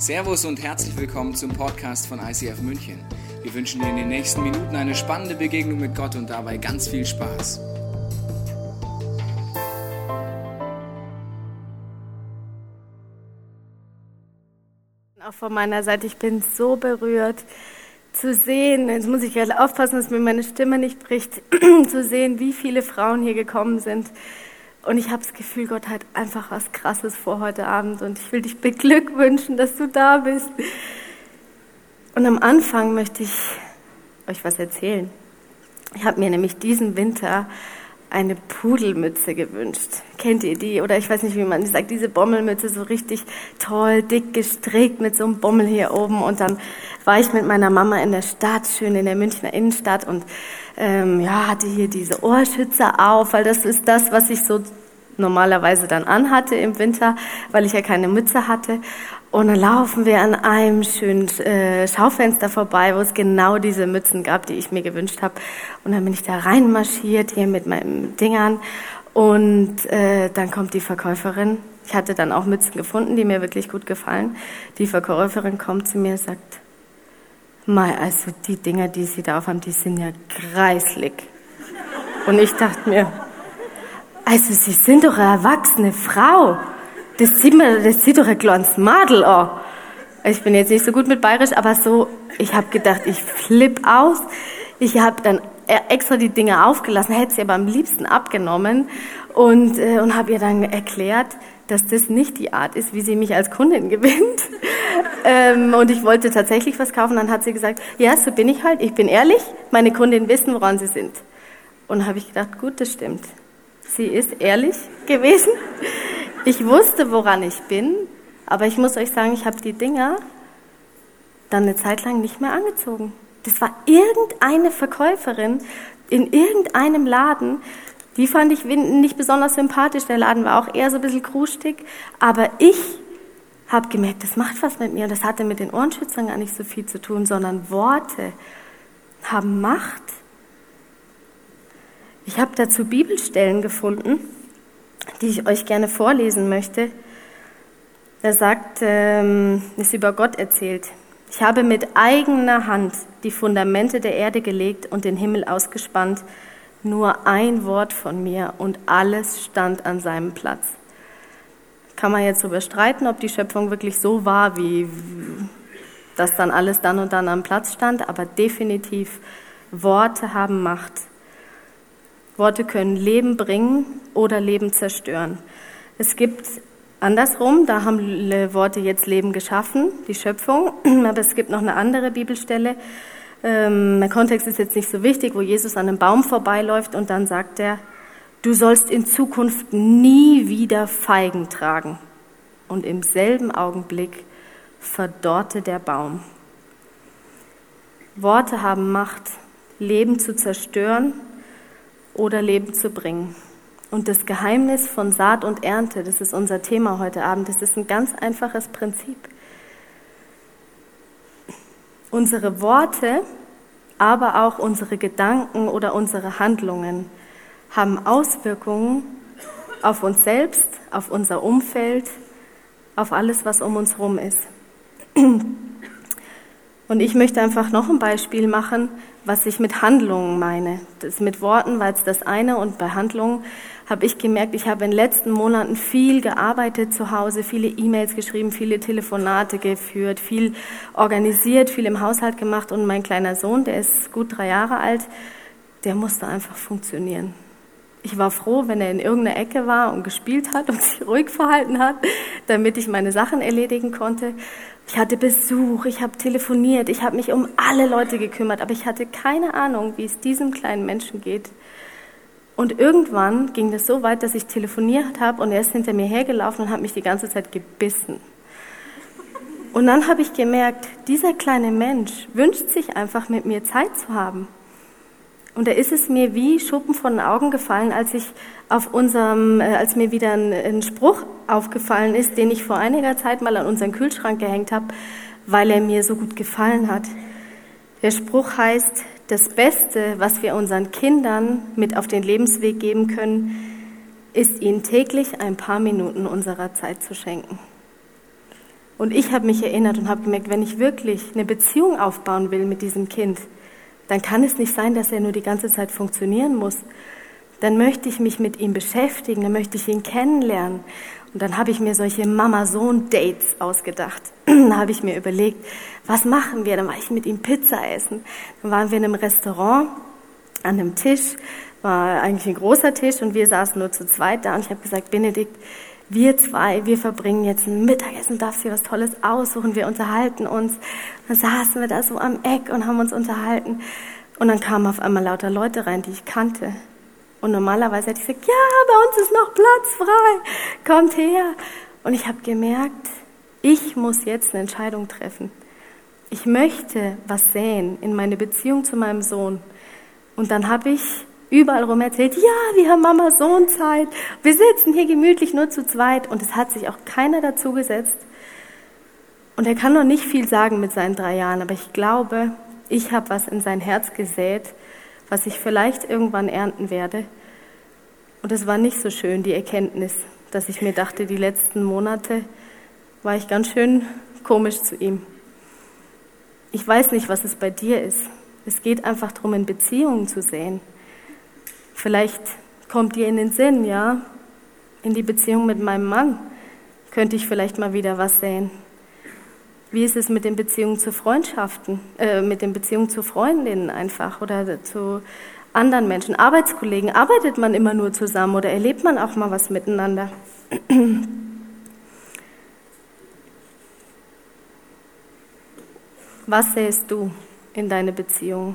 Servus und herzlich willkommen zum Podcast von ICF München. Wir wünschen dir in den nächsten Minuten eine spannende Begegnung mit Gott und dabei ganz viel Spaß. Auch von meiner Seite, ich bin so berührt zu sehen, jetzt muss ich ja aufpassen, dass mir meine Stimme nicht bricht, zu sehen, wie viele Frauen hier gekommen sind. Und ich habe das Gefühl, Gott hat einfach was Krasses vor heute Abend und ich will dich beglückwünschen, dass du da bist. Und am Anfang möchte ich euch was erzählen. Ich habe mir nämlich diesen Winter eine Pudelmütze gewünscht. Kennt ihr die? Oder ich weiß nicht, wie man die sagt, diese Bommelmütze, so richtig toll, dick gestrickt mit so einem Bommel hier oben. Und dann war ich mit meiner Mama in der Stadt, schön in der Münchner Innenstadt und hatte hier diese Ohrschützer auf, weil das ist das, was ich so normalerweise dann anhatte im Winter, weil ich ja keine Mütze hatte. Und dann laufen wir an einem schönen Schaufenster vorbei, wo es genau diese Mützen gab, die ich mir gewünscht habe. Und dann bin ich da reinmarschiert hier mit meinen Dingern. Und dann kommt die Verkäuferin. Ich hatte dann auch Mützen gefunden, die mir wirklich gut gefallen. Die Verkäuferin kommt zu mir und sagt, Mai, also die Dinger, die Sie da aufhaben, die sind ja greislig. Und ich dachte mir, also Sie sind doch eine erwachsene Frau. Das sieht doch ein kleines Madel an. Ich bin jetzt nicht so gut mit Bayerisch, aber so, ich habe gedacht, ich flipp aus. Ich habe dann extra die Dinger aufgelassen, hätte sie aber am liebsten abgenommen und habe ihr dann erklärt, dass das nicht die Art ist, wie sie mich als Kundin gewinnt. Und ich wollte tatsächlich was kaufen. Dann hat sie gesagt, ja, so bin ich halt, ich bin ehrlich, meine Kundinnen wissen, woran sie sind. Und dann habe ich gedacht, gut, das stimmt. Sie ist ehrlich gewesen. Ich wusste, woran ich bin, aber ich muss euch sagen, ich habe die Dinger dann eine Zeit lang nicht mehr angezogen. Das war irgendeine Verkäuferin in irgendeinem Laden, die fand ich nicht besonders sympathisch. Der Laden war auch eher so ein bisschen krustig, aber ich habe gemerkt, das macht was mit mir. Das hatte mit den Ohrenschützern gar nicht so viel zu tun, sondern Worte haben Macht. Ich habe dazu Bibelstellen gefunden, die ich euch gerne vorlesen möchte. Er sagt, ist über Gott erzählt. Ich habe mit eigener Hand die Fundamente der Erde gelegt und den Himmel ausgespannt. Nur ein Wort von mir und alles stand an seinem Platz. Kann man jetzt darüber streiten, ob die Schöpfung wirklich so war, wie das dann alles dann und dann am Platz stand, aber definitiv, Worte haben Macht. Worte können Leben bringen oder Leben zerstören. Es gibt andersrum, da haben Worte jetzt Leben geschaffen, die Schöpfung, aber es gibt noch eine andere Bibelstelle. Der Kontext ist jetzt nicht so wichtig, wo Jesus an einem Baum vorbeiläuft und dann sagt er, du sollst in Zukunft nie wieder Feigen tragen. Und im selben Augenblick verdorrte der Baum. Worte haben Macht, Leben zu zerstören oder Leben zu bringen. Und das Geheimnis von Saat und Ernte, das ist unser Thema heute Abend, das ist ein ganz einfaches Prinzip. Unsere Worte, aber auch unsere Gedanken oder unsere Handlungen haben Auswirkungen auf uns selbst, auf unser Umfeld, auf alles, was um uns herum ist. Und ich möchte einfach noch ein Beispiel machen, was ich mit Handlungen meine. Das mit Worten war jetzt das eine und bei Handlungen habe ich gemerkt, ich habe in den letzten Monaten viel gearbeitet zu Hause, viele E-Mails geschrieben, viele Telefonate geführt, viel organisiert, viel im Haushalt gemacht und mein kleiner Sohn, der ist gut 3 Jahre alt, der musste einfach funktionieren. Ich war froh, wenn er in irgendeiner Ecke war und gespielt hat und sich ruhig verhalten hat, damit ich meine Sachen erledigen konnte. Ich hatte Besuch, ich habe telefoniert, ich habe mich um alle Leute gekümmert, aber ich hatte keine Ahnung, wie es diesem kleinen Menschen geht. Und irgendwann ging das so weit, dass ich telefoniert habe und er ist hinter mir hergelaufen und hat mich die ganze Zeit gebissen. Und dann habe ich gemerkt, dieser kleine Mensch wünscht sich einfach, mit mir Zeit zu haben. Und da ist es mir wie Schuppen von den Augen gefallen, als mir wieder ein Spruch aufgefallen ist, den ich vor einiger Zeit mal an unseren Kühlschrank gehängt habe, weil er mir so gut gefallen hat. Der Spruch heißt, das Beste, was wir unseren Kindern mit auf den Lebensweg geben können, ist ihnen täglich ein paar Minuten unserer Zeit zu schenken. Und ich habe mich erinnert und habe gemerkt, wenn ich wirklich eine Beziehung aufbauen will mit diesem Kind, dann kann es nicht sein, dass er nur die ganze Zeit funktionieren muss. Dann möchte ich mich mit ihm beschäftigen, dann möchte ich ihn kennenlernen. Und dann habe ich mir solche Mama-Sohn-Dates ausgedacht. Da habe ich mir überlegt, was machen wir? Dann war ich mit ihm Pizza essen. Dann waren wir in einem Restaurant an einem Tisch, war eigentlich ein großer Tisch und wir saßen nur zu zweit da. Und ich habe gesagt, Benedikt, wir zwei, wir verbringen jetzt ein Mittagessen, darfst dir was Tolles aussuchen, wir unterhalten uns. Dann saßen wir da so am Eck und haben uns unterhalten. Und dann kamen auf einmal lauter Leute rein, die ich kannte. Und normalerweise hätte ich gesagt, ja, bei uns ist noch Platz frei, kommt her. Und ich habe gemerkt, ich muss jetzt eine Entscheidung treffen. Ich möchte was säen in meine Beziehung zu meinem Sohn. Und dann habe ich überall rum erzählt, ja, wir haben Mama-Sohn-Zeit, wir sitzen hier gemütlich nur zu zweit. Und es hat sich auch keiner dazu gesetzt. Und er kann noch nicht viel sagen mit seinen 3 Jahren, aber ich glaube, ich habe was in sein Herz gesät, was ich vielleicht irgendwann ernten werde. Und es war nicht so schön, die Erkenntnis, dass ich mir dachte, die letzten Monate war ich ganz schön komisch zu ihm. Ich weiß nicht, was es bei dir ist. Es geht einfach darum, in Beziehungen zu sehen. Vielleicht kommt dir in den Sinn, ja, in die Beziehung mit meinem Mann könnte ich vielleicht mal wieder was sehen. Wie ist es mit den Beziehungen zu Freundschaften, mit den Beziehungen zu Freundinnen einfach oder zu anderen Menschen, Arbeitskollegen? Arbeitet man immer nur zusammen oder erlebt man auch mal was miteinander? Was sähst du in deine Beziehung?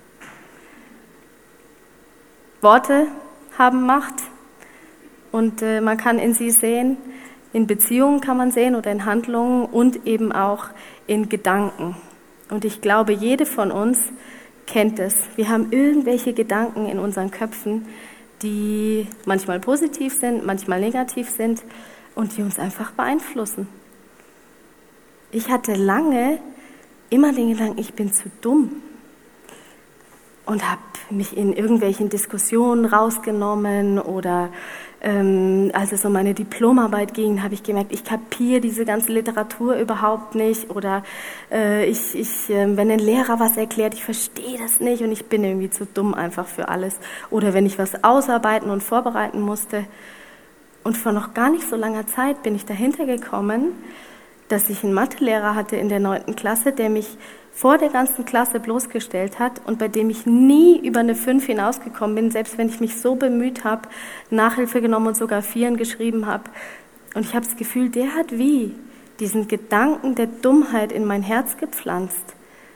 Worte haben Macht und man kann in sie sehen. In Beziehungen kann man sehen oder in Handlungen und eben auch in Gedanken. Und ich glaube, jede von uns kennt es. Wir haben irgendwelche Gedanken in unseren Köpfen, die manchmal positiv sind, manchmal negativ sind und die uns einfach beeinflussen. Ich hatte lange immer den Gedanken, ich bin zu dumm und habe mich in irgendwelchen Diskussionen rausgenommen oder als es um meine Diplomarbeit ging, habe ich gemerkt, ich kapiere diese ganze Literatur überhaupt nicht oder wenn ein Lehrer was erklärt, ich verstehe das nicht und ich bin irgendwie zu dumm einfach für alles. Oder wenn ich was ausarbeiten und vorbereiten musste. Und vor noch gar nicht so langer Zeit bin ich dahinter gekommen, dass ich einen Mathelehrer hatte in der 9. Klasse, der mich vor der ganzen Klasse bloßgestellt hat und bei dem ich nie über eine 5 hinausgekommen bin, selbst wenn ich mich so bemüht habe, Nachhilfe genommen und sogar 4 geschrieben habe. Und ich habe das Gefühl, der hat wie diesen Gedanken der Dummheit in mein Herz gepflanzt.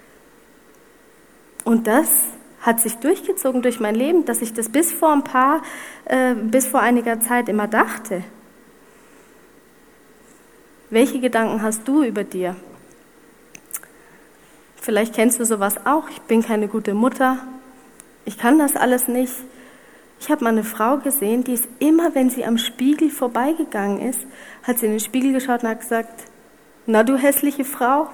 Und das hat sich durchgezogen durch mein Leben, dass ich das bis vor einiger Zeit immer dachte. Welche Gedanken hast du über dir? Vielleicht kennst du sowas auch. Ich bin keine gute Mutter. Ich kann das alles nicht. Ich habe mal eine Frau gesehen, die ist immer, wenn sie am Spiegel vorbeigegangen ist, hat sie in den Spiegel geschaut und hat gesagt, na du hässliche Frau.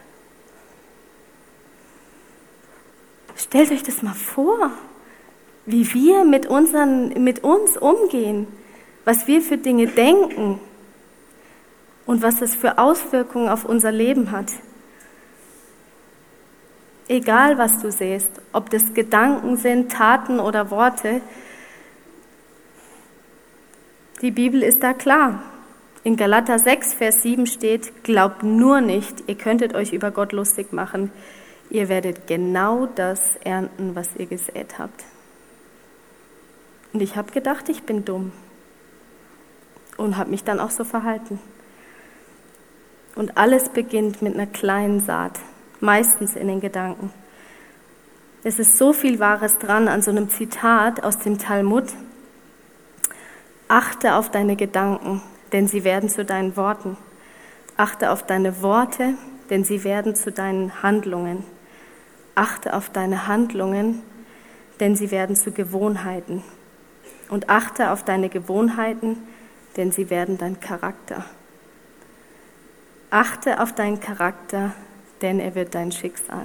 Stellt euch das mal vor, wie wir mit uns umgehen, was wir für Dinge denken und was das für Auswirkungen auf unser Leben hat. Egal, was du siehst, ob das Gedanken sind, Taten oder Worte, die Bibel ist da klar. In Galater 6, Vers 7 steht, glaubt nur nicht, ihr könntet euch über Gott lustig machen. Ihr werdet genau das ernten, was ihr gesät habt. Und ich habe gedacht, ich bin dumm und habe mich dann auch so verhalten. Und alles beginnt mit einer kleinen Saat. Meistens in den Gedanken. Es ist so viel Wahres dran an so einem Zitat aus dem Talmud. Achte auf deine Gedanken, denn sie werden zu deinen Worten. Achte auf deine Worte, denn sie werden zu deinen Handlungen. Achte auf deine Handlungen, denn sie werden zu Gewohnheiten. Und achte auf deine Gewohnheiten, denn sie werden dein Charakter. Achte auf deinen Charakter, denn er wird dein Schicksal.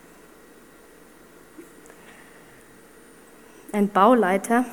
Ein Bauleiter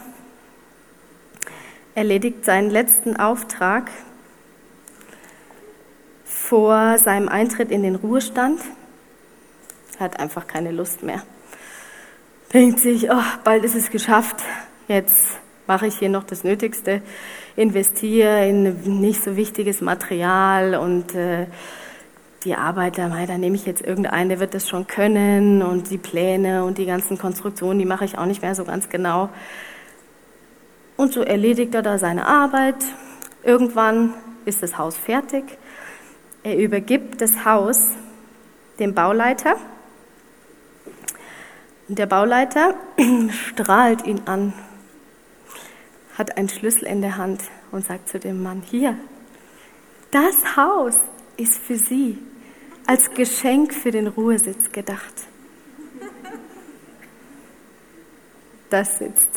erledigt seinen letzten Auftrag vor seinem Eintritt in den Ruhestand, hat einfach keine Lust mehr. Denkt sich, oh, bald ist es geschafft, jetzt mache ich hier noch das Nötigste, investiere in nicht so wichtiges Material und die Arbeiter, da nehme ich jetzt irgendeinen, der wird das schon können und die Pläne und die ganzen Konstruktionen, die mache ich auch nicht mehr so ganz genau. Und so erledigt er da seine Arbeit. Irgendwann ist das Haus fertig. Er übergibt das Haus dem Bauleiter. Und der Bauleiter strahlt ihn an, hat einen Schlüssel in der Hand und sagt zu dem Mann, hier, das Haus ist für Sie als Geschenk für den Ruhesitz gedacht. Das sitzt.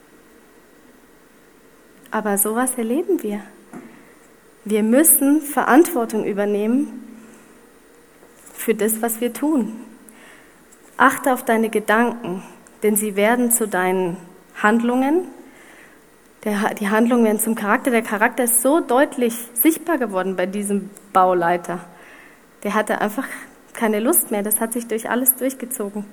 Aber sowas erleben wir. Wir müssen Verantwortung übernehmen für das, was wir tun. Achte auf deine Gedanken, denn sie werden zu deinen Handlungen. Die Handlungen werden zum Charakter. Der Charakter ist so deutlich sichtbar geworden bei diesem Bauleiter. Der hatte einfach keine Lust mehr. Das hat sich durch alles durchgezogen.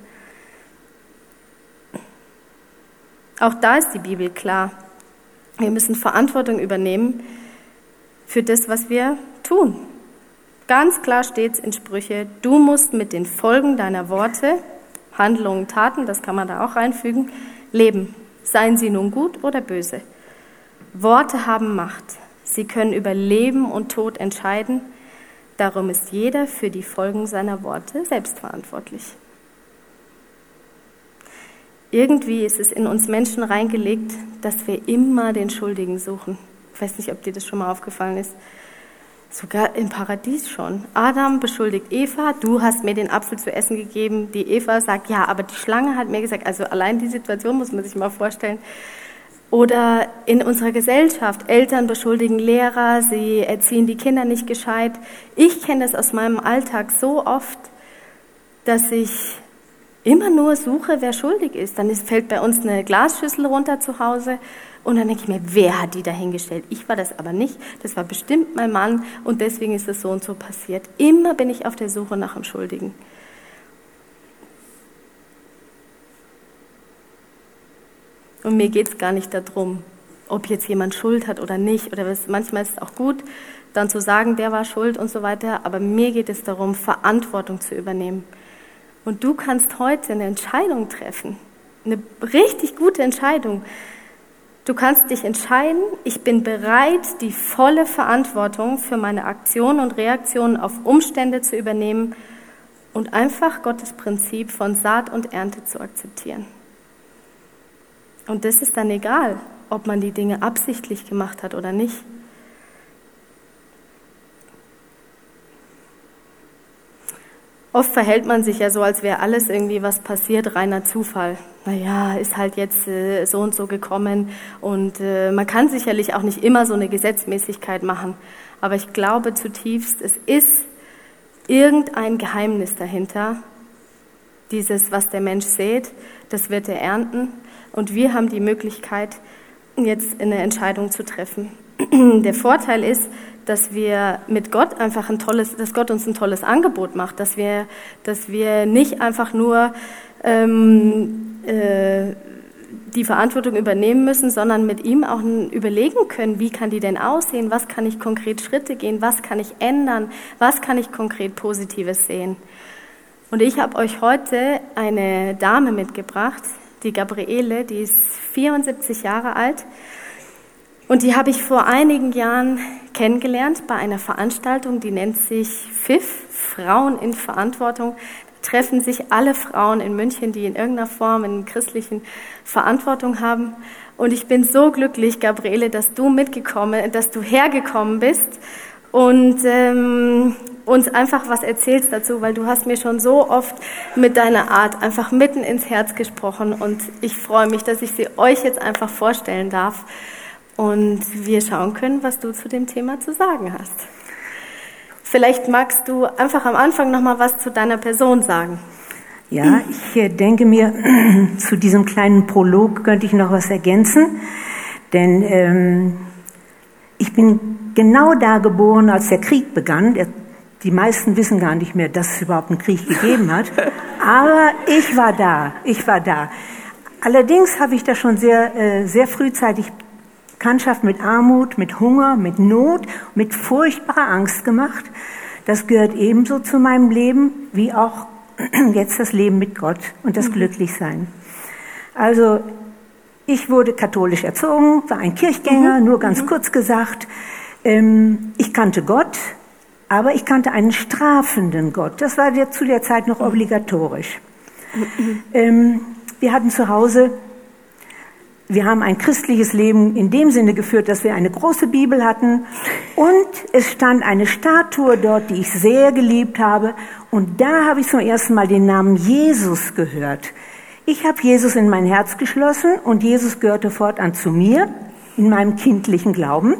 Auch da ist die Bibel klar. Wir müssen Verantwortung übernehmen für das, was wir tun. Ganz klar steht es in Sprüche, du musst mit den Folgen deiner Worte, Handlungen, Taten, das kann man da auch reinfügen, leben. Seien sie nun gut oder böse. Worte haben Macht. Sie können über Leben und Tod entscheiden. Darum ist jeder für die Folgen seiner Worte selbstverantwortlich. Irgendwie ist es in uns Menschen reingelegt, dass wir immer den Schuldigen suchen. Ich weiß nicht, ob dir das schon mal aufgefallen ist. Sogar im Paradies schon. Adam beschuldigt Eva, du hast mir den Apfel zu essen gegeben. Die Eva sagt, ja, aber die Schlange hat mir gesagt, also allein die Situation muss man sich mal vorstellen. Oder in unserer Gesellschaft, Eltern beschuldigen Lehrer, sie erziehen die Kinder nicht gescheit. Ich kenne das aus meinem Alltag so oft, dass ich immer nur suche, wer schuldig ist. Dann fällt bei uns eine Glasschüssel runter zu Hause und dann denke ich mir, wer hat die da hingestellt? Ich war das aber nicht, das war bestimmt mein Mann und deswegen ist es so und so passiert. Immer bin ich auf der Suche nach einem Schuldigen. Und mir geht es gar nicht darum, ob jetzt jemand Schuld hat oder nicht. Oder manchmal ist es auch gut, dann zu sagen, der war schuld und so weiter. Aber mir geht es darum, Verantwortung zu übernehmen. Und du kannst heute eine Entscheidung treffen. Eine richtig gute Entscheidung. Du kannst dich entscheiden, ich bin bereit, die volle Verantwortung für meine Aktionen und Reaktionen auf Umstände zu übernehmen und einfach Gottes Prinzip von Saat und Ernte zu akzeptieren. Und das ist dann egal, ob man die Dinge absichtlich gemacht hat oder nicht. Oft verhält man sich ja so, als wäre alles irgendwie, was passiert, reiner Zufall. Naja, ist halt jetzt so und so gekommen und man kann sicherlich auch nicht immer so eine Gesetzmäßigkeit machen. Aber ich glaube zutiefst, es ist irgendein Geheimnis dahinter. Dieses, was der Mensch sät, das wird er ernten. Und wir haben die Möglichkeit, jetzt eine Entscheidung zu treffen. Der Vorteil ist, dass wir mit Gott einfach dass Gott uns ein tolles Angebot macht, dass wir nicht einfach nur die Verantwortung übernehmen müssen, sondern mit ihm auch überlegen können, wie kann die denn aussehen, was kann ich konkret Schritte gehen, was kann ich ändern, was kann ich konkret Positives sehen. Und ich habe euch heute eine Dame mitgebracht, die Gabriele, die ist 74 Jahre alt und die habe ich vor einigen Jahren kennengelernt bei einer Veranstaltung, die nennt sich FIF, Frauen in Verantwortung. Da treffen sich alle Frauen in München, die in irgendeiner Form in christlichen Verantwortung haben. Und ich bin so glücklich, Gabriele, dass du hergekommen bist und uns einfach was erzählst dazu, weil du hast mir schon so oft mit deiner Art einfach mitten ins Herz gesprochen und ich freue mich, dass ich sie euch jetzt einfach vorstellen darf und wir schauen können, was du zu dem Thema zu sagen hast. Vielleicht magst du einfach am Anfang noch mal was zu deiner Person sagen. Ja, ich denke mir, zu diesem kleinen Prolog könnte ich noch was ergänzen, denn ich bin genau da geboren, als der Krieg begann, der Die meisten wissen gar nicht mehr, dass es überhaupt einen Krieg gegeben hat. Aber ich war da. Allerdings habe ich da schon sehr frühzeitig Bekanntschaft mit Armut, mit Hunger, mit Not, mit furchtbarer Angst gemacht. Das gehört ebenso zu meinem Leben, wie auch jetzt das Leben mit Gott und das Glücklichsein. Also, ich wurde katholisch erzogen, war ein Kirchgänger, nur ganz kurz gesagt. Ich kannte Gott, aber ich kannte einen strafenden Gott. Das war zu der Zeit noch obligatorisch. Wir hatten zu Hause, wir haben ein christliches Leben in dem Sinne geführt, dass wir eine große Bibel hatten und es stand eine Statue dort, die ich sehr geliebt habe. Und da habe ich zum ersten Mal den Namen Jesus gehört. Ich habe Jesus in mein Herz geschlossen und Jesus gehörte fortan zu mir, in meinem kindlichen Glauben.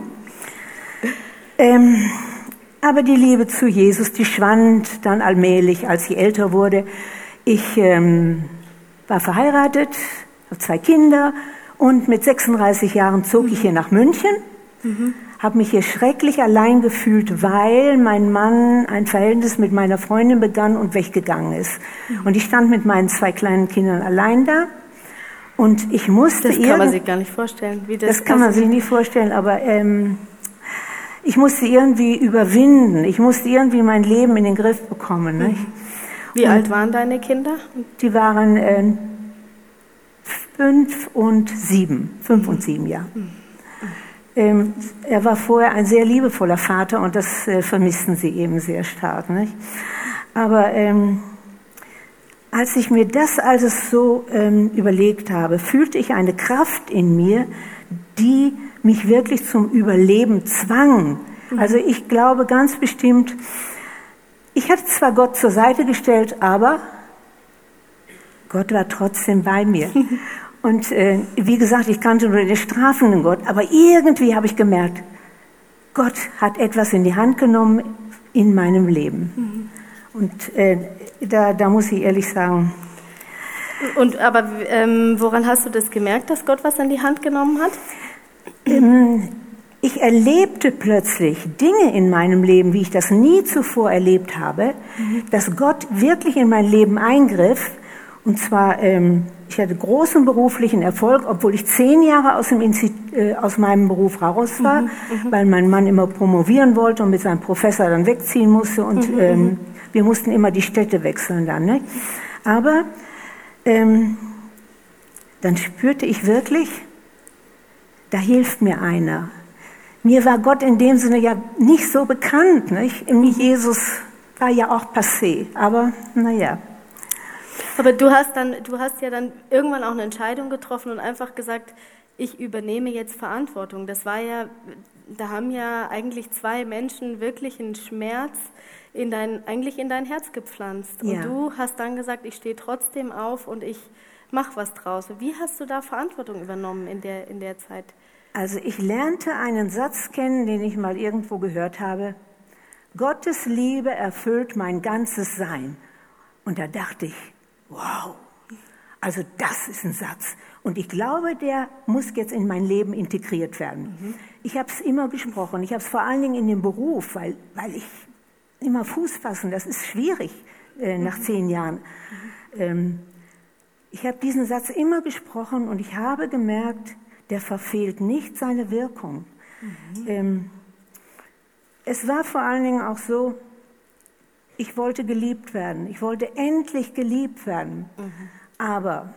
Aber die Liebe zu Jesus, die schwand dann allmählich, als ich älter wurde. Ich war verheiratet, habe 2 Kinder und mit 36 Jahren zog ich hier nach München, habe mich hier schrecklich allein gefühlt, weil mein Mann ein Verhältnis mit meiner Freundin begann und weggegangen ist. Und ich stand mit meinen 2 kleinen Kindern allein da und ich musste... Das kann man sich gar nicht vorstellen. Das kann man sich nicht vorstellen, aber ich musste irgendwie überwinden. Ich musste irgendwie mein Leben in den Griff bekommen. Nicht? Wie alt waren deine Kinder? Die waren 5 und 7, ja. Er war vorher ein sehr liebevoller Vater und das vermissten sie eben sehr stark. Nicht? Aber als ich mir das alles so überlegt habe, fühlte ich eine Kraft in mir, die mich wirklich zum Überleben zwang. Also ich glaube ganz bestimmt, ich hatte zwar Gott zur Seite gestellt, aber Gott war trotzdem bei mir. Und wie gesagt, ich kannte nur den strafenden Gott, aber irgendwie habe ich gemerkt, Gott hat etwas in die Hand genommen in meinem Leben. Und da muss ich ehrlich sagen. Aber woran hast du das gemerkt, dass Gott was in die Hand genommen hat? Ich erlebte plötzlich Dinge in meinem Leben, wie ich das nie zuvor erlebt habe, dass Gott wirklich in mein Leben eingriff. Und zwar, ich hatte großen beruflichen Erfolg, obwohl ich 10 Jahre aus meinem Beruf raus war, weil mein Mann immer promovieren wollte und mit seinem Professor dann wegziehen musste. Und wir mussten immer die Städte wechseln dann. Ne? Aber dann spürte ich wirklich, da hilft mir einer. Mir war Gott in dem Sinne ja nicht so bekannt. Nicht? Jesus war ja auch passé, aber naja. Aber du hast ja dann irgendwann auch eine Entscheidung getroffen und einfach gesagt, ich übernehme jetzt Verantwortung. Das war ja, da haben ja eigentlich 2 Menschen wirklich einen Schmerz eigentlich in dein Herz gepflanzt. Und du hast dann gesagt, ich stehe trotzdem auf und ich mache was draus. Wie hast du da Verantwortung übernommen in der Zeit? Also ich lernte einen Satz kennen, den ich mal irgendwo gehört habe. Gottes Liebe erfüllt mein ganzes Sein. Und da dachte ich, wow, also das ist ein Satz. Und ich glaube, der muss jetzt in mein Leben integriert werden. Ich habe es immer gesprochen. Ich habe es vor allen Dingen in dem Beruf, weil ich immer Fuß fassen, das ist schwierig nach 10 Jahren. Ich habe diesen Satz immer gesprochen und ich habe gemerkt, der verfehlt nicht seine Wirkung. Es war vor allen Dingen auch so, ich wollte geliebt werden. Ich wollte endlich geliebt werden. Aber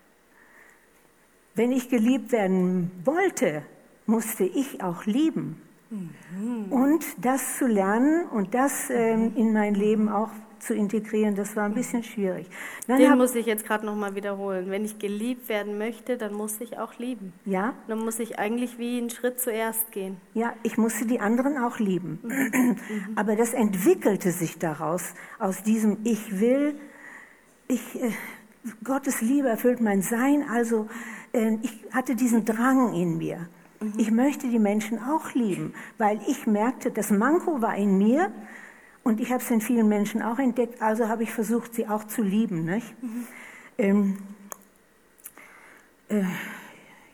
wenn ich geliebt werden wollte, musste ich auch lieben. Und das zu lernen und das in mein Leben auch zu integrieren, das war ein bisschen schwierig. Den muss ich jetzt gerade nochmal wiederholen. Wenn ich geliebt werden möchte, dann muss ich auch lieben. Ja. Dann muss ich eigentlich wie einen Schritt zuerst gehen. Ja, ich musste die anderen auch lieben. Aber das entwickelte sich daraus, aus diesem Gottes Liebe erfüllt mein Sein, also ich hatte diesen Drang in mir. Ich möchte die Menschen auch lieben, weil ich merkte, das Manko war in mir und ich habe es in vielen Menschen auch entdeckt, also habe ich versucht, sie auch zu lieben. Nicht?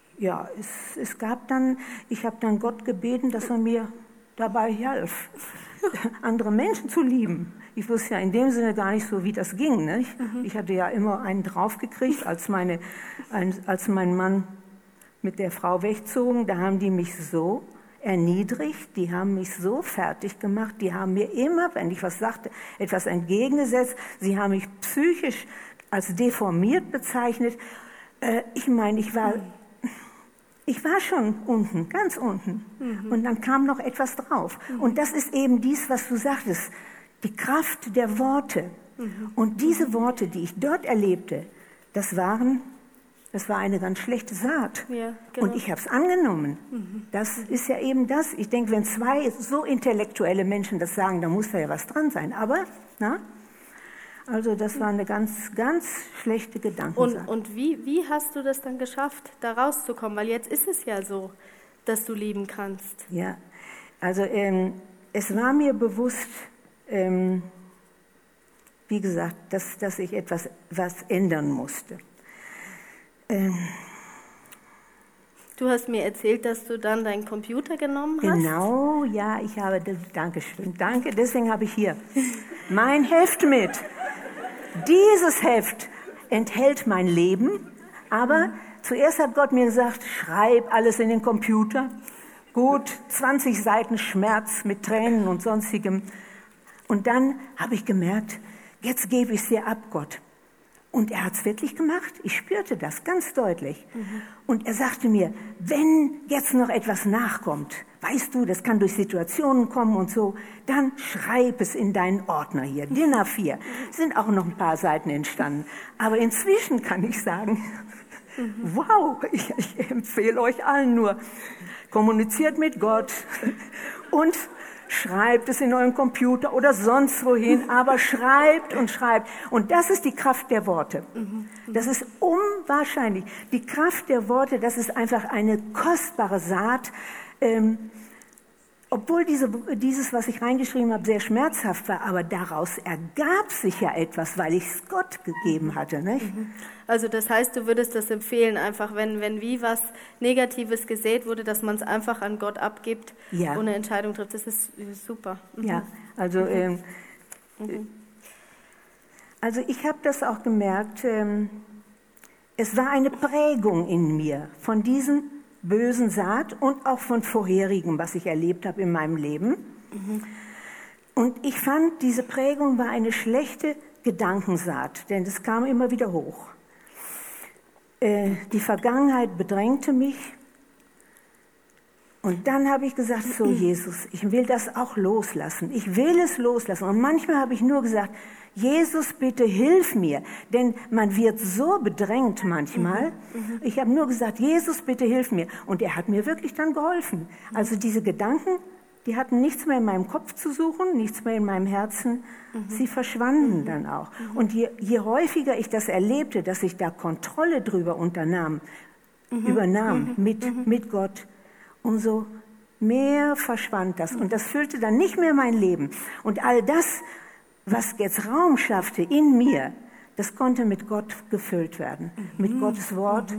Ich habe dann Gott gebeten, dass er mir dabei half. andere Menschen zu lieben. Ich wusste ja in dem Sinne gar nicht so, wie das ging. Nicht? Ich hatte ja immer einen draufgekriegt, als mein Mann mit der Frau wegzogen. Da haben die mich so erniedrigt, die haben mich so fertig gemacht, die haben mir immer, wenn ich was sagte, etwas entgegengesetzt. Sie haben mich psychisch als deformiert bezeichnet. Ich meine, ich war schon unten, ganz unten. Und dann kam noch etwas drauf. Und das ist eben dies, was du sagtest, die Kraft der Worte. Und diese Worte, die ich dort erlebte, das war eine ganz schlechte Saat. Ja, genau. Und ich habe es angenommen. Das ist ja eben das. Ich denke, wenn zwei so intellektuelle Menschen das sagen, dann muss da ja was dran sein. Aber, also das war eine ganz, ganz schlechte Gedankensache. Und wie hast du das dann geschafft, da rauszukommen? Weil jetzt ist es ja so, dass du lieben kannst. Ja, also es war mir bewusst, wie gesagt, dass ich was ändern musste. Du hast mir erzählt, dass du dann deinen Computer genommen hast. Genau, ja, ich habe das. Dankeschön, danke. Deswegen habe ich hier mein Heft mit. Dieses Heft enthält mein Leben, aber zuerst hat Gott mir gesagt, schreib alles in den Computer. Gut, 20 Seiten Schmerz mit Tränen und sonstigem. Und dann habe ich gemerkt, jetzt gebe ich es dir ab, Gott. Und er hat es wirklich gemacht. Ich spürte das ganz deutlich. Und er sagte mir, wenn jetzt noch etwas nachkommt, weißt du, das kann durch Situationen kommen und so, dann schreib es in deinen Ordner hier, DIN A4. Sind auch noch ein paar Seiten entstanden. Aber inzwischen kann ich sagen, wow, ich empfehle euch allen nur, kommuniziert mit Gott und schreibt es in euren Computer oder sonst wohin, aber schreibt und schreibt. Und das ist die Kraft der Worte. Das ist unwahrscheinlich. Die Kraft der Worte, das ist einfach eine kostbare Saat. Obwohl dieses, was ich reingeschrieben habe, sehr schmerzhaft war, aber daraus ergab sich ja etwas, weil ich es Gott gegeben hatte. Nicht? Also das heißt, du würdest das empfehlen, einfach wenn wie was Negatives gesät wurde, dass man es einfach an Gott abgibt und eine Entscheidung trifft. Das ist super. Ja, also ich habe das auch gemerkt, es war eine Prägung in mir von diesen bösen Saat und auch von vorherigem, was ich erlebt habe in meinem Leben. Und ich fand, diese Prägung war eine schlechte Gedankensaat, denn es kam immer wieder hoch. Die Vergangenheit bedrängte mich. Und dann habe ich gesagt, so Jesus, ich will das auch loslassen. Ich will es loslassen. Und manchmal habe ich nur gesagt, Jesus, bitte hilf mir. Denn man wird so bedrängt manchmal. Ich habe nur gesagt, Jesus, bitte hilf mir. Und er hat mir wirklich dann geholfen. Also diese Gedanken, die hatten nichts mehr in meinem Kopf zu suchen, nichts mehr in meinem Herzen. Sie verschwanden dann auch. Und je häufiger ich das erlebte, dass ich da Kontrolle drüber übernahm mit Gott, umso mehr verschwand das. Und das füllte dann nicht mehr mein Leben. Und all das, was jetzt Raum schaffte in mir, das konnte mit Gott gefüllt werden. Mit Gottes Wort.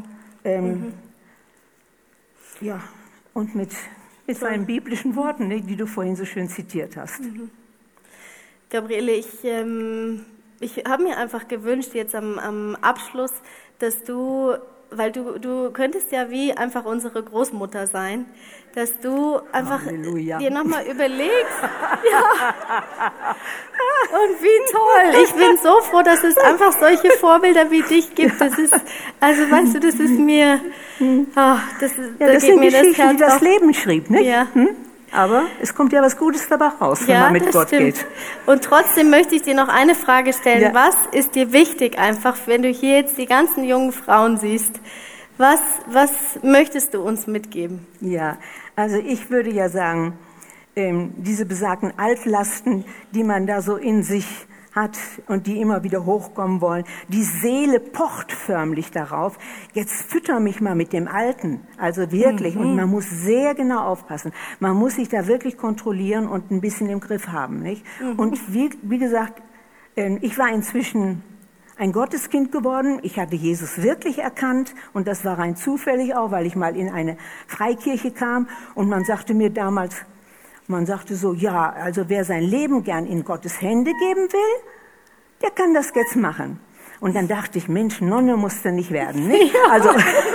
Und mit seinen biblischen Worten, die du vorhin so schön zitiert hast. Gabriele, ich habe mir einfach gewünscht, jetzt am Abschluss, dass du, weil du könntest ja wie einfach unsere Großmutter sein, dass du einfach dir nochmal überlegst. Ja. Und wie toll. Ich bin so froh, dass es einfach solche Vorbilder wie dich gibt. Das ist, also weißt du, das ist mir, das sind mir Geschichten, das Herz die das Leben schrieb, nicht? Ja. Aber es kommt ja was Gutes dabei raus, wenn man mit Gott geht. Und trotzdem möchte ich dir noch eine Frage stellen. Ja. Was ist dir wichtig einfach, wenn du hier jetzt die ganzen jungen Frauen siehst? Was möchtest du uns mitgeben? Ja, also ich würde ja sagen, diese besagten Altlasten, die man da so in sich hat und die immer wieder hochkommen wollen. Die Seele pocht förmlich darauf. Jetzt fütter mich mal mit dem Alten. Also wirklich. Und man muss sehr genau aufpassen. Man muss sich da wirklich kontrollieren und ein bisschen im Griff haben, nicht? Und wie gesagt, ich war inzwischen ein Gotteskind geworden. Ich hatte Jesus wirklich erkannt. Und das war rein zufällig auch, weil ich mal in eine Freikirche kam. Und man sagte mir damals, Man sagte so, ja, also wer sein Leben gern in Gottes Hände geben will, der kann das jetzt machen. Und dann dachte ich, Mensch, Nonne musste nicht werden, nicht? Ja.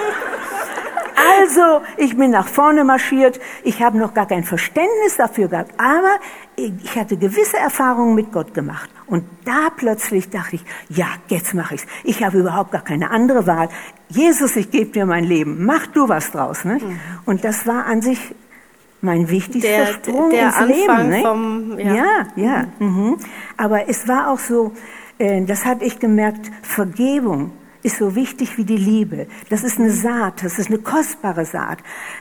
Also, ich bin nach vorne marschiert. Ich habe noch gar kein Verständnis dafür gehabt, aber ich hatte gewisse Erfahrungen mit Gott gemacht. Und da plötzlich dachte ich, ja, jetzt mache ich's. Ich habe überhaupt gar keine andere Wahl. Jesus, ich gebe dir mein Leben. Mach du was draus, ne? Mhm. Und das war an sich mein wichtigster Sprung ins Leben, ne? Ja. Mhm. Aber es war auch so, das hatte ich gemerkt, Vergebung ist so wichtig wie die Liebe. Das ist eine Saat, das ist eine kostbare Saat.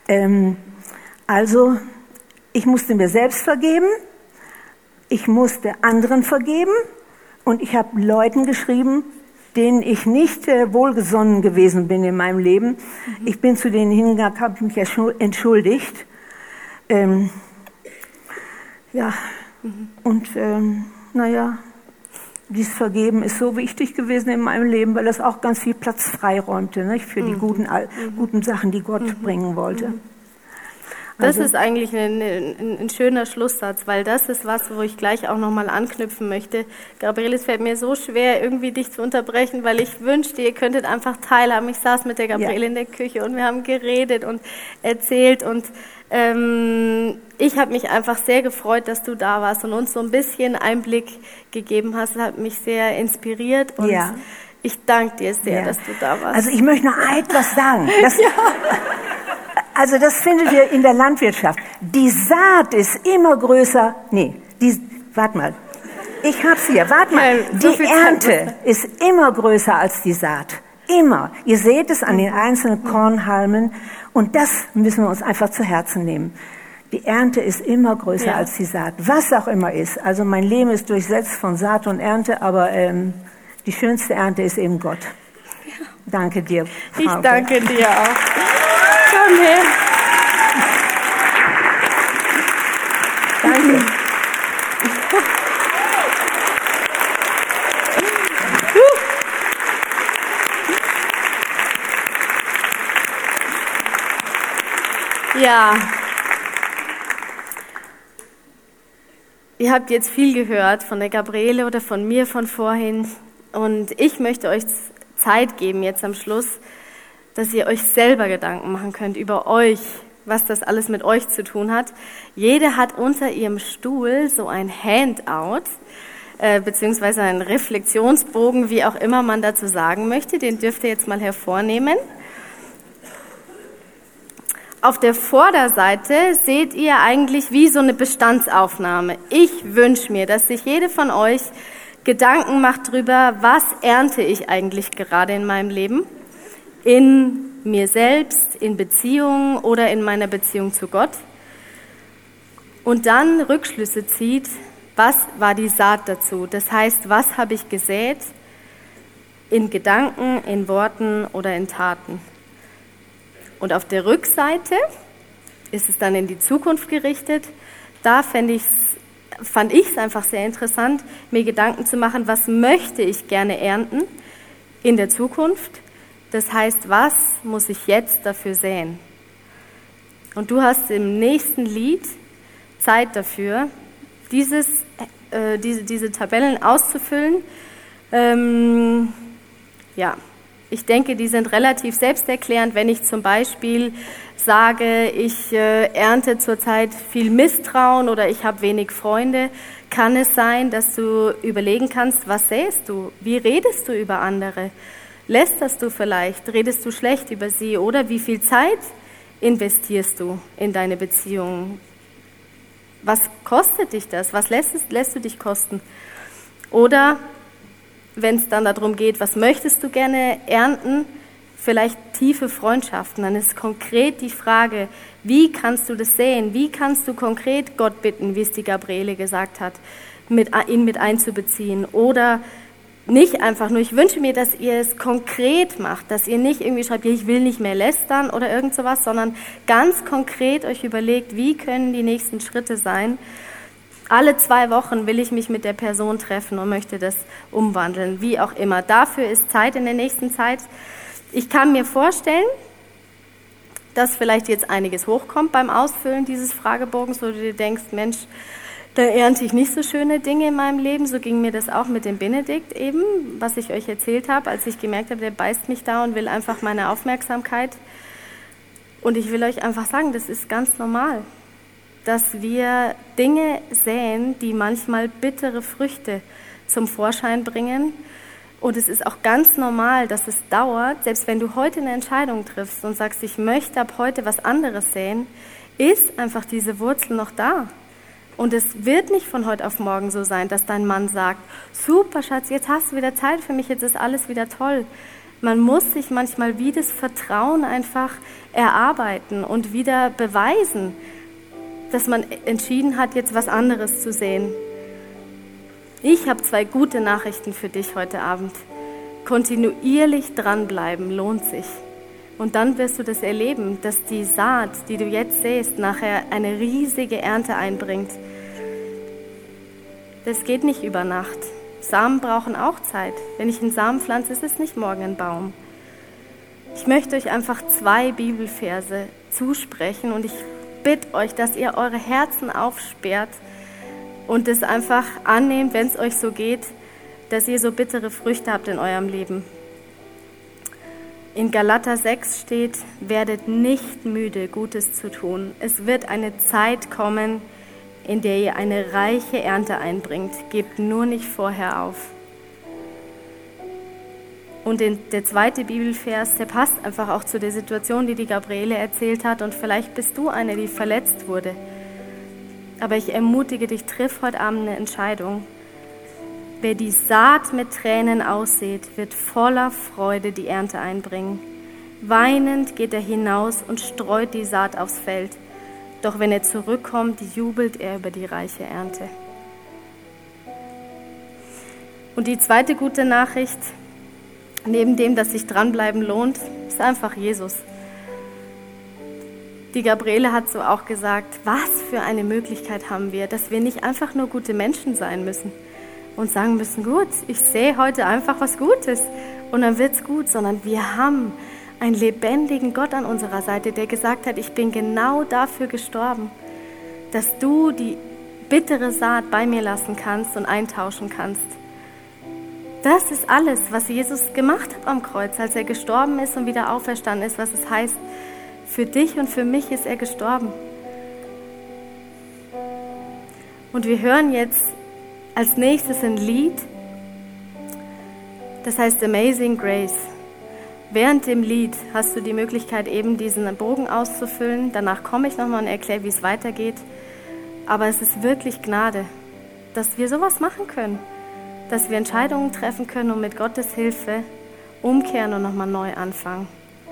Also, ich musste mir selbst vergeben, ich musste anderen vergeben und ich habe Leuten geschrieben, denen ich nicht wohlgesonnen gewesen bin in meinem Leben. Mhm. Ich bin zu denen hingegangen, habe mich entschuldigt. Dieses Vergeben ist so wichtig gewesen in meinem Leben, weil das auch ganz viel Platz freiräumte, nicht? Für die guten Sachen, die Gott bringen wollte. Das ist eigentlich ein schöner Schlusssatz, weil das ist was, wo ich gleich auch nochmal anknüpfen möchte. Gabriele, es fällt mir so schwer, irgendwie dich zu unterbrechen, weil ich wünschte, ihr könntet einfach teilhaben. Ich saß mit der Gabriele in der Küche und wir haben geredet und erzählt und ich habe mich einfach sehr gefreut, dass du da warst und uns so ein bisschen Einblick gegeben hast. Das hat mich sehr inspiriert und ich danke dir sehr, dass du da warst. Also ich möchte noch etwas sagen. Also das findet ihr in der Landwirtschaft. Die Saat ist immer größer. Warte mal. Ich hab's hier. Warte mal. Die Ernte ist immer größer als die Saat. Immer. Ihr seht es an den einzelnen Kornhalmen. Und das müssen wir uns einfach zu Herzen nehmen. Die Ernte ist immer größer als die Saat. Was auch immer ist. Also mein Leben ist durchsetzt von Saat und Ernte, aber die schönste Ernte ist eben Gott. Ja. Danke dir, Frau. Ich danke dir auch. Komm her. Danke. Ja, ihr habt jetzt viel gehört von der Gabriele oder von mir von vorhin und ich möchte euch Zeit geben jetzt am Schluss, dass ihr euch selber Gedanken machen könnt über euch, was das alles mit euch zu tun hat. Jede hat unter ihrem Stuhl so ein Handout, beziehungsweise einen Reflexionsbogen, wie auch immer man dazu sagen möchte, den dürft ihr jetzt mal hervornehmen. Auf der Vorderseite seht ihr eigentlich wie so eine Bestandsaufnahme. Ich wünsche mir, dass sich jede von euch Gedanken macht darüber, was ernte ich eigentlich gerade in meinem Leben, in mir selbst, in Beziehungen oder in meiner Beziehung zu Gott. Und dann Rückschlüsse zieht, was war die Saat dazu? Das heißt, was habe ich gesät in Gedanken, in Worten oder in Taten? Und auf der Rückseite ist es dann in die Zukunft gerichtet. Da fand ich es einfach sehr interessant, mir Gedanken zu machen, was möchte ich gerne ernten in der Zukunft. Das heißt, was muss ich jetzt dafür säen? Und du hast im nächsten Lied Zeit dafür, diese Tabellen auszufüllen. Ich denke, die sind relativ selbsterklärend. Wenn ich zum Beispiel sage, ich ernte zurzeit viel Misstrauen oder ich habe wenig Freunde, kann es sein, dass du überlegen kannst, was sähst du? Wie redest du über andere? Lästerst du vielleicht? Redest du schlecht über sie? Oder wie viel Zeit investierst du in deine Beziehungen? Was kostet dich das? Was lässt du dich kosten? Oder wenn es dann darum geht, was möchtest du gerne ernten, vielleicht tiefe Freundschaften, dann ist konkret die Frage, wie kannst du das sehen? Wie kannst du konkret Gott bitten, wie es die Gabriele gesagt hat, ihn mit einzubeziehen? Oder nicht einfach nur, ich wünsche mir, dass ihr es konkret macht, dass ihr nicht irgendwie schreibt, ich will nicht mehr lästern oder irgend sowas, sondern ganz konkret euch überlegt, wie können die nächsten Schritte sein. Alle 2 Wochen will ich mich mit der Person treffen und möchte das umwandeln, wie auch immer. Dafür ist Zeit in der nächsten Zeit. Ich kann mir vorstellen, dass vielleicht jetzt einiges hochkommt beim Ausfüllen dieses Fragebogens, wo du dir denkst, Mensch, da ernte ich nicht so schöne Dinge in meinem Leben. So ging mir das auch mit dem Benedikt eben, was ich euch erzählt habe, als ich gemerkt habe, der beißt mich da und will einfach meine Aufmerksamkeit. Und ich will euch einfach sagen, das ist ganz normal, dass wir Dinge säen, die manchmal bittere Früchte zum Vorschein bringen. Und es ist auch ganz normal, dass es dauert, selbst wenn du heute eine Entscheidung triffst und sagst, ich möchte ab heute was anderes säen, ist einfach diese Wurzel noch da. Und es wird nicht von heute auf morgen so sein, dass dein Mann sagt, super Schatz, jetzt hast du wieder Zeit für mich, jetzt ist alles wieder toll. Man muss sich manchmal wie das Vertrauen einfach erarbeiten und wieder beweisen, dass man entschieden hat, jetzt was anderes zu sehen. Ich habe 2 gute Nachrichten für dich heute Abend. Kontinuierlich dranbleiben lohnt sich. Und dann wirst du das erleben, dass die Saat, die du jetzt säst, nachher eine riesige Ernte einbringt. Das geht nicht über Nacht. Samen brauchen auch Zeit. Wenn ich einen Samen pflanze, ist es nicht morgen ein Baum. Ich möchte euch einfach 2 Bibelverse zusprechen und ich bitte euch, dass ihr eure Herzen aufsperrt und es einfach annehmt, wenn es euch so geht, dass ihr so bittere Früchte habt in eurem Leben. In Galater 6 steht, werdet nicht müde, Gutes zu tun. Es wird eine Zeit kommen, in der ihr eine reiche Ernte einbringt. Gebt nur nicht vorher auf. Und der 2. Bibelvers, der passt einfach auch zu der Situation, die Gabriele erzählt hat. Und vielleicht bist du eine, die verletzt wurde. Aber ich ermutige dich, triff heute Abend eine Entscheidung. Wer die Saat mit Tränen aussät, wird voller Freude die Ernte einbringen. Weinend geht er hinaus und streut die Saat aufs Feld. Doch wenn er zurückkommt, jubelt er über die reiche Ernte. Und die 2. gute Nachricht, neben dem, dass sich dranbleiben lohnt, ist einfach Jesus. Die Gabriele hat so auch gesagt, was für eine Möglichkeit haben wir, dass wir nicht einfach nur gute Menschen sein müssen und sagen müssen, gut, ich sehe heute einfach was Gutes und dann wird's gut, sondern wir haben einen lebendigen Gott an unserer Seite, der gesagt hat, ich bin genau dafür gestorben, dass du die bittere Saat bei mir lassen kannst und eintauschen kannst. Das ist alles, was Jesus gemacht hat am Kreuz, als er gestorben ist und wieder auferstanden ist, was es heißt, für dich und für mich ist er gestorben. Und wir hören jetzt als nächstes ein Lied, das heißt Amazing Grace. Während dem Lied hast du die Möglichkeit, eben diesen Bogen auszufüllen. Danach komme ich nochmal und erkläre, wie es weitergeht. Aber es ist wirklich Gnade, dass wir sowas machen können, dass wir Entscheidungen treffen können und mit Gottes Hilfe umkehren und nochmal neu anfangen.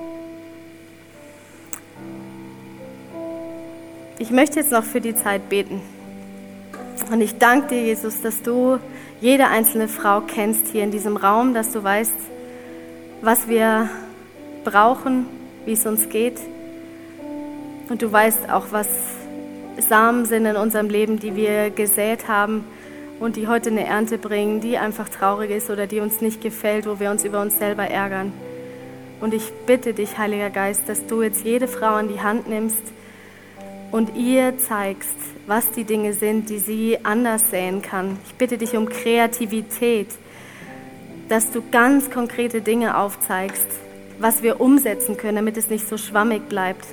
Ich möchte jetzt noch für die Zeit beten. Und ich danke dir, Jesus, dass du jede einzelne Frau kennst hier in diesem Raum, dass du weißt, was wir brauchen, wie es uns geht. Und du weißt auch, was Samen sind in unserem Leben, die wir gesät haben und die heute eine Ernte bringen, die einfach traurig ist oder die uns nicht gefällt, wo wir uns über uns selber ärgern. Und ich bitte dich, Heiliger Geist, dass du jetzt jede Frau an die Hand nimmst und ihr zeigst, was die Dinge sind, die sie anders säen kann. Ich bitte dich um Kreativität, dass du ganz konkrete Dinge aufzeigst, was wir umsetzen können, damit es nicht so schwammig bleibt.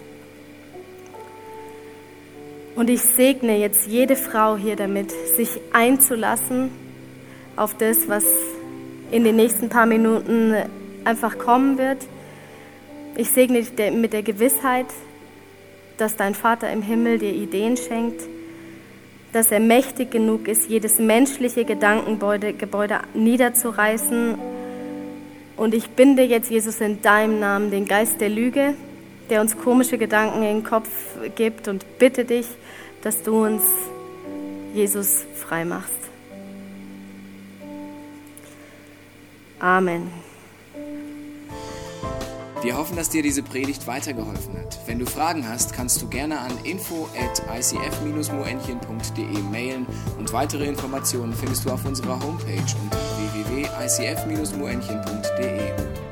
Und ich segne jetzt jede Frau hier damit, sich einzulassen auf das, was in den nächsten paar Minuten einfach kommen wird. Ich segne dich mit der Gewissheit, dass dein Vater im Himmel dir Ideen schenkt, dass er mächtig genug ist, jedes menschliche Gedankengebäude niederzureißen. Und ich binde jetzt, Jesus, in deinem Namen den Geist der Lüge, der uns komische Gedanken in den Kopf gibt, und bitte dich, dass du uns, Jesus, frei machst. Amen. Wir hoffen, dass dir diese Predigt weitergeholfen hat. Wenn du Fragen hast, kannst du gerne an info@icf-moenchen.de mailen und weitere Informationen findest du auf unserer Homepage unter www.icf-moenchen.de.